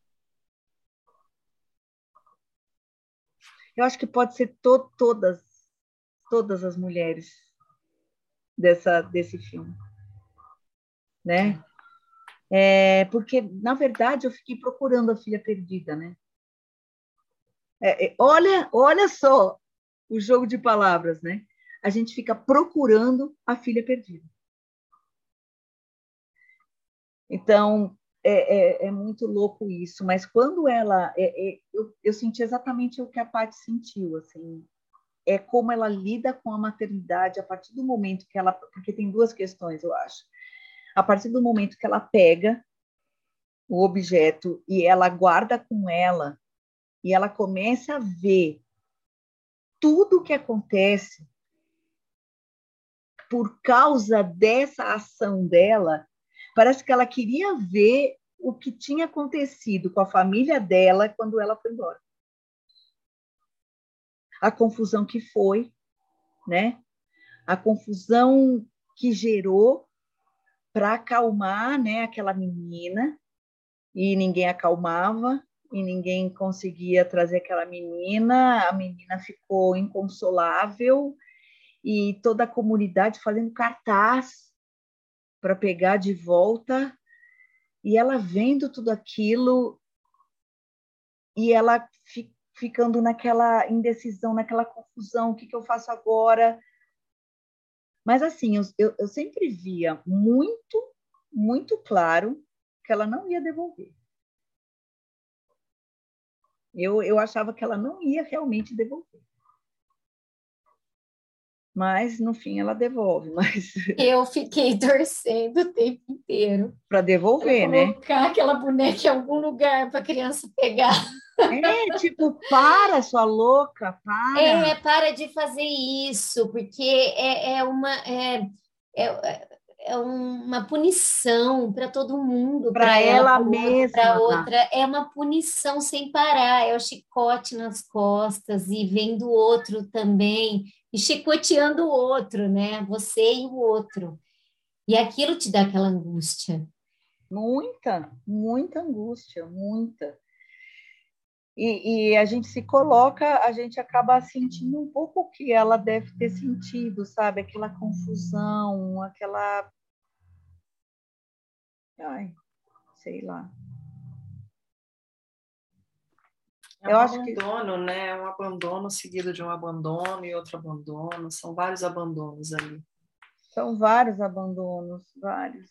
Eu acho que pode ser to- todas, todas as mulheres dessa, desse filme, né? É, porque, na verdade, eu fiquei procurando a filha perdida, né? É, é, olha, olha só o jogo de palavras, né? A gente fica procurando a filha perdida. Então, é, é, é muito louco isso, mas quando ela... É, é, eu, eu senti exatamente o que a Paty sentiu, assim, é como ela lida com a maternidade a partir do momento que ela... Porque tem duas questões, eu acho. A partir do momento que ela pega o objeto e ela guarda com ela, e ela começa a ver tudo o que acontece por causa dessa ação dela, parece que ela queria ver o que tinha acontecido com a família dela quando ela foi embora. A confusão que foi, né? A confusão que gerou para acalmar, né, aquela menina, e ninguém acalmava, e ninguém conseguia trazer aquela menina, a menina ficou inconsolável, e toda a comunidade fazendo cartaz para pegar de volta, e ela vendo tudo aquilo, e ela fi, ficando naquela indecisão, naquela confusão, o que, que eu faço agora? Mas assim, eu, eu, eu sempre via muito, muito claro que ela não ia devolver. Eu, eu achava que ela não ia realmente devolver. Mas, no fim, ela devolve. Mas... Eu fiquei torcendo o tempo inteiro. Para devolver, né? Colocar aquela boneca em algum lugar para a criança pegar. É, tipo, para, sua louca, para. É, para de fazer isso, porque é, é uma... É, é, é uma punição para todo mundo, Pra para ela, ela para mesma. outra. É uma punição sem parar, é o chicote nas costas e vendo o outro também, e chicoteando o outro, né? Você e o outro. E aquilo te dá aquela angústia. Muita, muita angústia, muita. E, e a gente se coloca, a gente acaba sentindo um pouco o que ela deve ter sentido, sabe? Aquela confusão, aquela... Ai, sei lá. É um Eu acho que abandono, né? É um abandono seguido de um abandono e outro abandono. São vários abandonos ali. são vários abandonos, vários.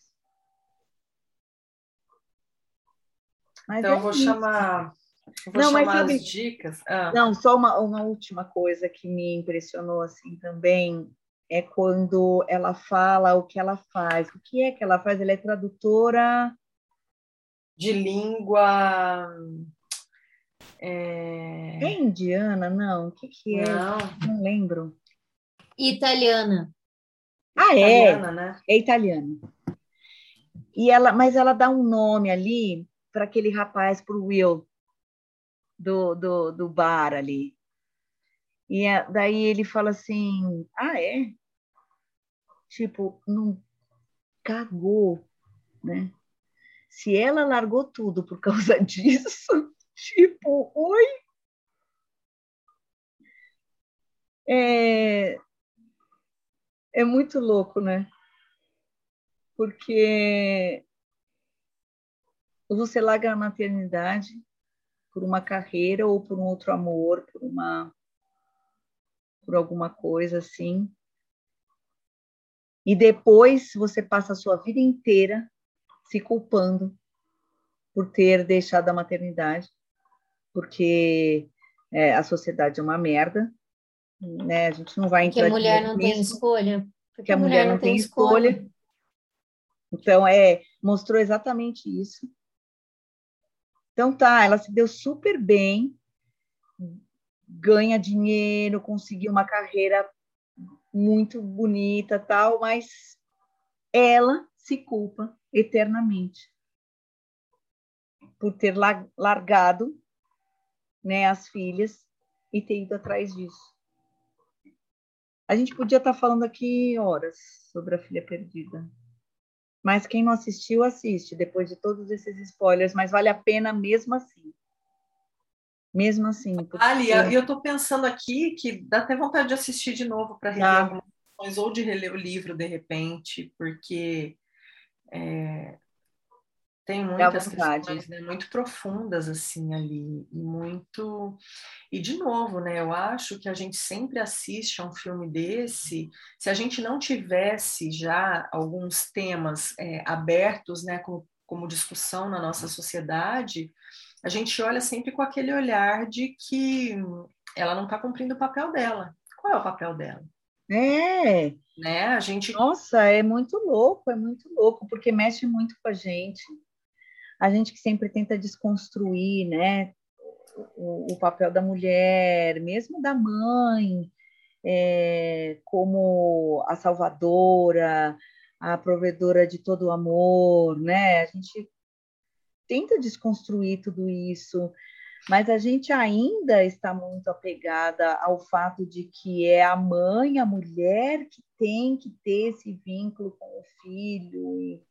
Mas Então, é eu vou isso. chamar, eu vou Não, mas chamar sabe- as dicas. Ah, Não, só uma, uma última coisa que me impressionou assim também é quando ela fala o que ela faz. O que é que ela faz? Ela é tradutora. de língua. É... É indiana? Não. O que, que é? Não, Não lembro. Italiana. Ah, é. italiana, né? É italiana. E ela, mas ela dá um nome ali para aquele rapaz, para o Will, do, do, do bar ali. E a- daí ele fala assim: ah, é? Tipo, não cagou né? Se ela largou tudo por causa disso, tipo, oi? É, é muito louco, né? Porque você larga a maternidade por uma carreira ou por um outro amor, por uma por alguma coisa assim. E depois você passa a sua vida inteira se culpando por ter deixado a maternidade, porque é, a sociedade é uma merda, né? A gente não vai Porque entrar a mulher direto não tem nisso, escolha. porque a mulher não tem escolha. Então, é, mostrou exatamente isso. Então, tá, ela se deu super bem, ganha dinheiro, conseguiu uma carreira muito bonita, tal, mas ela se culpa eternamente por ter largado, né, as filhas e ter ido atrás disso. A gente podia estar falando aqui horas sobre a Filha Perdida, mas quem não assistiu, assiste, depois de todos esses spoilers, mas vale a pena mesmo assim. Mesmo assim. Porque... Ali, e eu estou pensando aqui que dá até vontade de assistir de novo para rever ah. algumas coisas, ou de reler o livro de repente, porque é, tem muitas questões, né, muito profundas assim ali, e muito... E de novo, né, eu acho que a gente sempre assiste a um filme desse, se a gente não tivesse já alguns temas é, abertos, né, como, como discussão na nossa sociedade, a gente olha sempre com aquele olhar de que ela não está cumprindo o papel dela. Qual é o papel dela? É. Né? A gente... Nossa, é muito louco, é muito louco, porque mexe muito com a gente. A gente que sempre tenta desconstruir, né, o, o papel da mulher, mesmo da mãe, é, como a salvadora, a provedora de todo o amor, né? A gente tenta desconstruir tudo isso, mas a gente ainda está muito apegada ao fato de que é a mãe, a mulher, que tem que ter esse vínculo com o filho. E,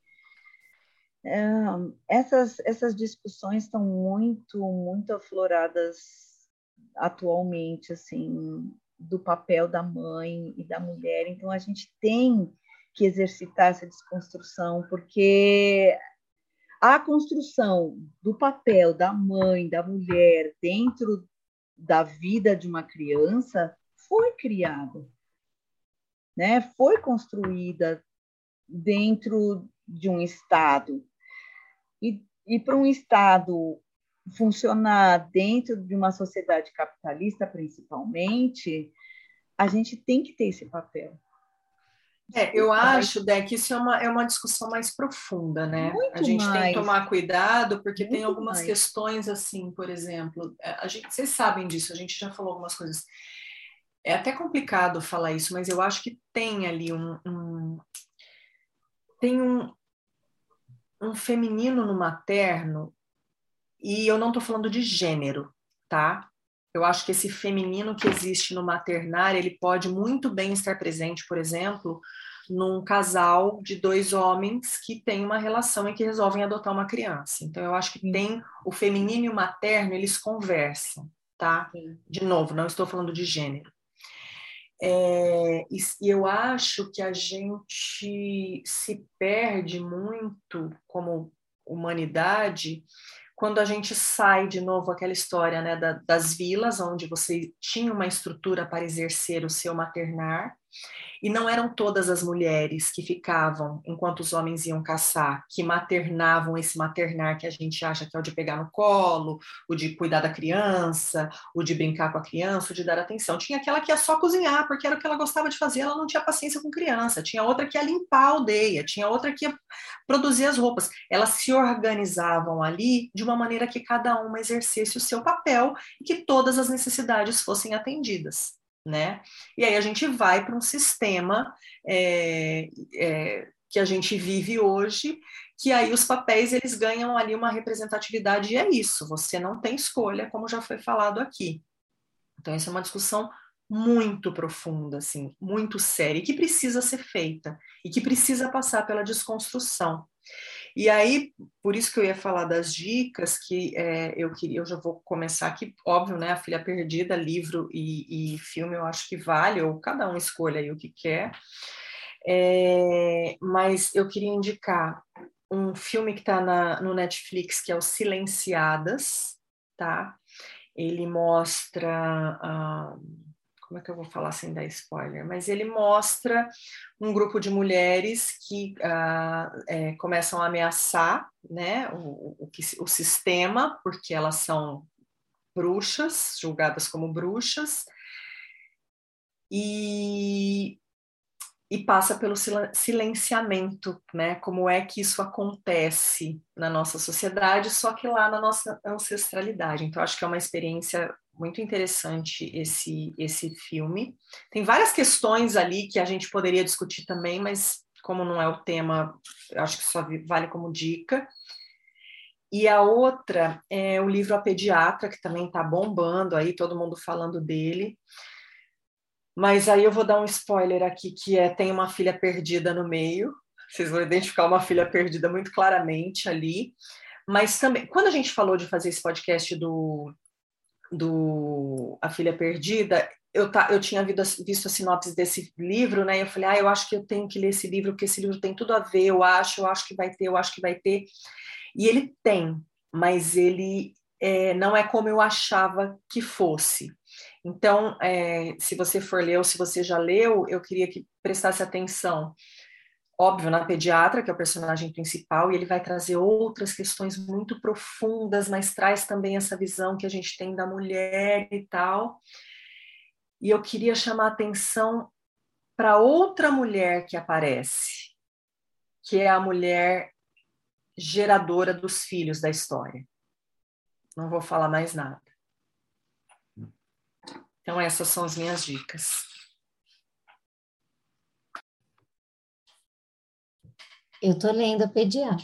é, essas, essas discussões estão muito, muito afloradas atualmente, assim, do papel da mãe e da mulher. Então, a gente tem que exercitar essa desconstrução, porque a construção do papel da mãe, da mulher, dentro da vida de uma criança foi criada, né? Foi construída dentro de um Estado. E, e para um Estado funcionar dentro de uma sociedade capitalista, principalmente, a gente tem que ter esse papel. É, eu acho, Dé, que isso é uma, é uma discussão mais profunda, né? Muito a gente mais. tem que tomar cuidado, porque Muito tem algumas mais. questões, assim, por exemplo, a gente, vocês sabem disso, a gente já falou algumas coisas. É até complicado falar isso, mas eu acho que tem ali um... um tem um, um feminino no materno, e eu não estou falando de gênero, tá? Eu acho que esse feminino que existe no maternar, ele pode muito bem estar presente, por exemplo, num casal de dois homens que têm uma relação e que resolvem adotar uma criança. Então, eu acho que Sim. tem o feminino e o materno, eles conversam, tá? Sim. De novo, não estou falando de gênero. É, e, e eu acho que a gente se perde muito como humanidade quando a gente sai de novo aquela história, né, da, das vilas, onde você tinha uma estrutura para exercer o seu maternar, e não eram todas as mulheres que ficavam enquanto os homens iam caçar, que maternavam esse maternar que a gente acha que é o de pegar no colo, o de cuidar da criança, o de brincar com a criança, o de dar atenção. Tinha aquela que ia só cozinhar, porque era o que ela gostava de fazer, ela não tinha paciência com criança. Tinha outra que ia limpar a aldeia, tinha outra que ia produzir as roupas. Elas se organizavam ali de uma maneira que cada uma exercesse o seu papel e que todas as necessidades fossem atendidas. Né? E aí a gente vai para um sistema é, é, que a gente vive hoje, que aí os papéis eles ganham ali uma representatividade, e é isso, você não tem escolha, como já foi falado aqui. Então essa é uma discussão muito profunda, assim, muito séria, e que precisa ser feita, e que precisa passar pela desconstrução. E aí, por isso que eu ia falar das dicas, que é, eu queria, eu já vou começar aqui, óbvio, né? A Filha Perdida, livro e, e filme, eu acho que vale, ou cada um escolha aí o que quer. É, mas eu queria indicar um filme que está no Netflix, que é o Silenciadas, tá? Ele mostra... Uh, como é que eu vou falar sem dar spoiler? Mas ele mostra um grupo de mulheres que uh, é, começam a ameaçar, né, o, o, o sistema, porque elas são bruxas, julgadas como bruxas, e, e passa pelo silenciamento, né, como é que isso acontece na nossa sociedade, só que lá na nossa ancestralidade. Então, acho que é uma experiência muito interessante esse, esse filme. Tem várias questões ali que a gente poderia discutir também, mas como não é o tema, eu acho que só vale como dica. E a outra é o livro A Pediatra, que também está bombando aí, todo mundo falando dele. Mas aí eu vou dar um spoiler aqui, que é tem uma filha perdida no meio. Vocês vão identificar uma filha perdida muito claramente ali. Mas também, quando a gente falou de fazer esse podcast do... do A Filha Perdida, eu, tá, eu tinha visto, visto a sinopse desse livro, né? E eu falei, ah, eu acho que eu tenho que ler esse livro, porque esse livro tem tudo a ver, eu acho, eu acho que vai ter, eu acho que vai ter. E ele tem, mas ele é, não é como eu achava que fosse. Então, é, se você for ler ou se você já leu, eu queria que prestasse atenção, óbvio, na pediatra, que é o personagem principal, e ele vai trazer outras questões muito profundas, mas traz também essa visão que a gente tem da mulher e tal. E eu queria chamar a atenção para outra mulher que aparece, que é a mulher geradora dos filhos da história. Não vou falar mais nada. Então, essas são as minhas dicas. Eu estou lendo A Pediatra.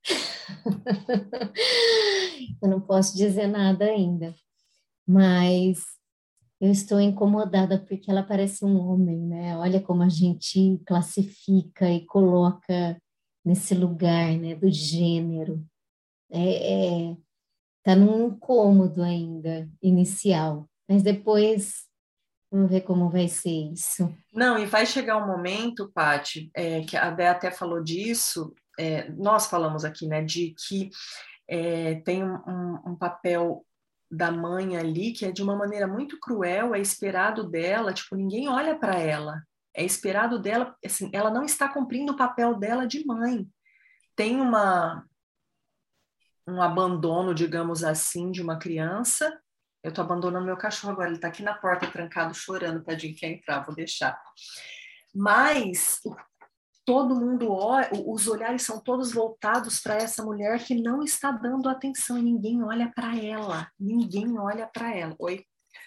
Eu não posso dizer nada ainda, mas eu estou incomodada porque ela parece um homem, né? Olha como a gente classifica e coloca nesse lugar, né, do gênero. É, é, tá num incômodo ainda inicial, mas depois vamos ver como vai ser isso. Não, e vai chegar um momento, Paty, é, que a Dé até falou disso, é, nós falamos aqui, né, de que é, tem um, um, um papel da mãe ali que é de uma maneira muito cruel, é esperado dela, tipo, ninguém olha para ela, é esperado dela, assim, ela não está cumprindo o papel dela de mãe. Tem uma, um abandono, digamos assim, de uma criança. Eu tô abandonando meu cachorro agora, ele tá aqui na porta trancado, chorando, tadinho, quer entrar, vou deixar. Mas todo mundo olha, os olhares são todos voltados para essa mulher que não está dando atenção, e ninguém olha para ela, ninguém olha para ela. Oi?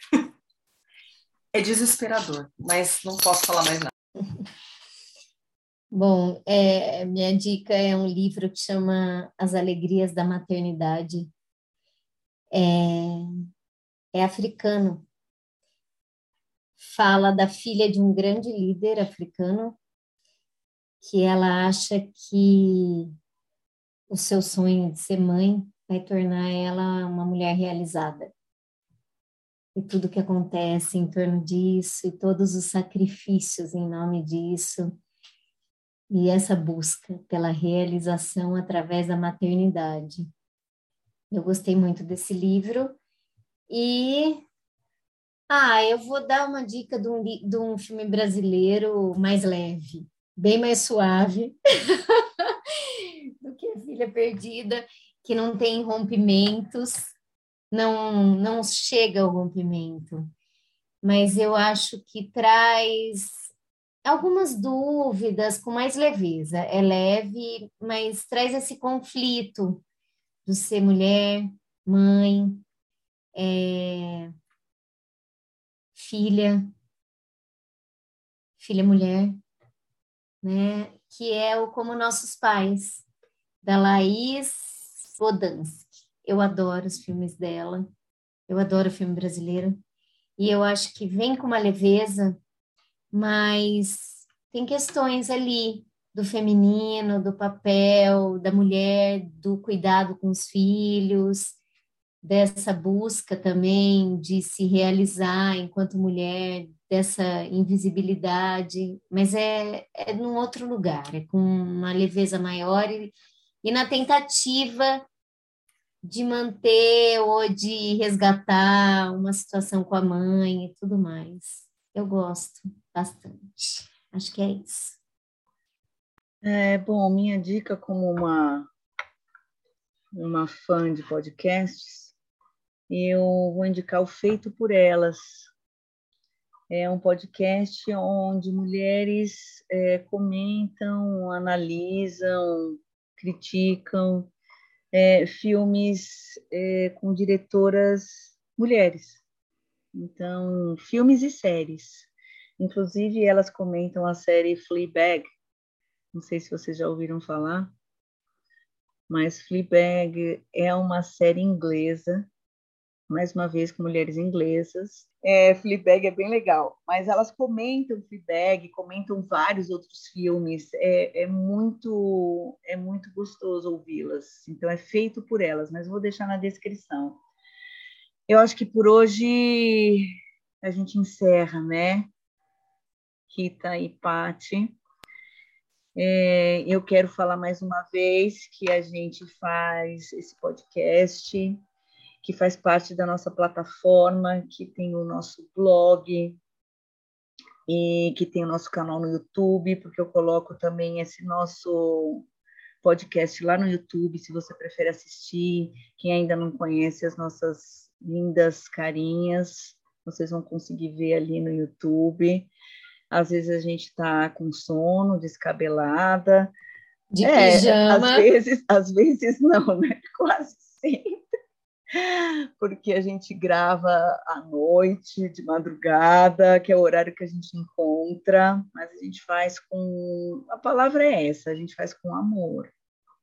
É desesperador, mas não posso falar mais nada. Bom, é, minha dica é um livro que chama As Alegrias da Maternidade. É, é africano. Fala da filha de um grande líder africano, que ela acha que o seu sonho de ser mãe vai tornar ela uma mulher realizada. E tudo que acontece em torno disso, e todos os sacrifícios em nome disso, e essa busca pela realização através da maternidade. Eu gostei muito desse livro. E ah, eu vou dar uma dica de um, de um filme brasileiro mais leve, bem mais suave do que A Filha Perdida, que não tem rompimentos, não, não chega ao rompimento, mas eu acho que traz algumas dúvidas com mais leveza. É leve, mas traz esse conflito do ser mulher, mãe, é, filha, filha mulher, né? Que é o Como Nossos Pais, da Laís Bodansky. Eu adoro os filmes dela, eu adoro o filme brasileiro, e eu acho que vem com uma leveza, mas tem questões ali do feminino, do papel da mulher, do cuidado com os filhos, dessa busca também de se realizar enquanto mulher, dessa invisibilidade, mas é, é num outro lugar, é com uma leveza maior e, e na tentativa de manter ou de resgatar uma situação com a mãe e tudo mais. Eu gosto bastante. Acho que é isso. É, bom, minha dica como uma, uma fã de podcasts, eu vou indicar o Feito por Elas. É um podcast onde mulheres é, comentam, analisam, criticam é, filmes é, com diretoras mulheres. Então, filmes e séries. Inclusive, elas comentam a série Fleabag. Não sei se vocês já ouviram falar, mas Fleabag é uma série inglesa, mais uma vez com mulheres inglesas. É, Fleabag é bem legal, mas elas comentam Fleabag, comentam vários outros filmes. É, é muito, é muito gostoso ouvi-las. Então, é feito por elas, mas vou deixar na descrição. Eu acho que por hoje a gente encerra, né? Rita e Paty. É, eu quero falar mais uma vez que a gente faz esse podcast, que faz parte da nossa plataforma, que tem o nosso blog e que tem o nosso canal no YouTube, porque eu coloco também esse nosso podcast lá no YouTube, se você prefere assistir. Quem ainda não conhece as nossas lindas carinhas, vocês vão conseguir ver ali no YouTube. Às vezes a gente está com sono, descabelada. De é, pijama. Às vezes, às vezes não, né? Quase sempre. Porque a gente grava à noite, de madrugada, que é o horário que a gente encontra, mas a gente faz com... A palavra é essa, a gente faz com amor.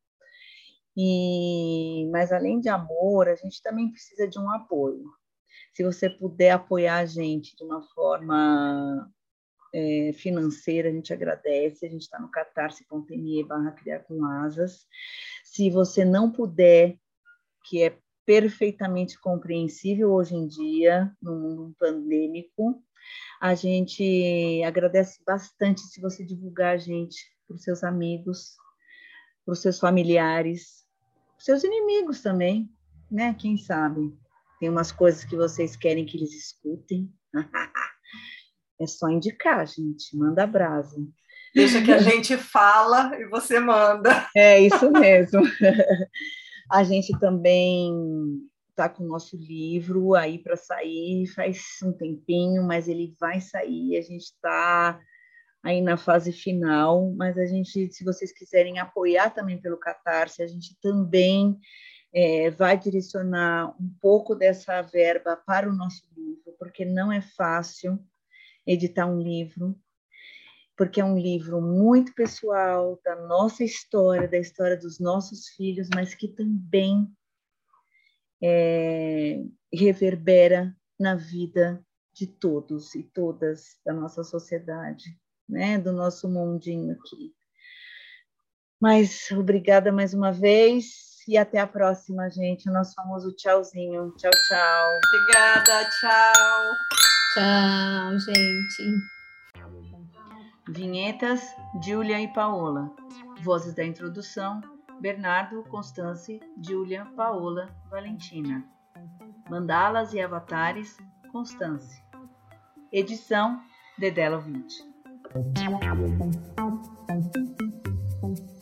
E... Mas além de amor, a gente também precisa de um apoio. Se você puder apoiar a gente de uma forma... É, financeira, a gente agradece, a gente está no catarse.me barra criar com asas. Se você não puder, que é perfeitamente compreensível hoje em dia, no mundo pandêmico, a gente agradece bastante se você divulgar a gente para os seus amigos, para os seus familiares, para os seus inimigos também, né? Quem sabe? Tem umas coisas que vocês querem que eles escutem. É só indicar, gente. Manda brasa. Deixa que a gente fala e você manda. É isso mesmo. A gente também está com o nosso livro aí para sair, faz um tempinho, mas ele vai sair. A gente está aí na fase final, mas a gente, se vocês quiserem apoiar também pelo Catarse, a gente também é, vai direcionar um pouco dessa verba para o nosso livro, porque não é fácil editar um livro, porque é um livro muito pessoal, da nossa história, da história dos nossos filhos, mas que também é, reverbera na vida de todos e todas da nossa sociedade, né? Do nosso mundinho aqui. Mas obrigada mais uma vez e até a próxima, gente. O nosso famoso tchauzinho. Tchau, tchau. Obrigada, tchau. Tchau, gente. Vinhetas, Júlia e Paola. Vozes da introdução, Bernardo, Constance, Júlia, Paola, Valentina. Mandalas e avatares, Constance. Edição, Dedelo vinte.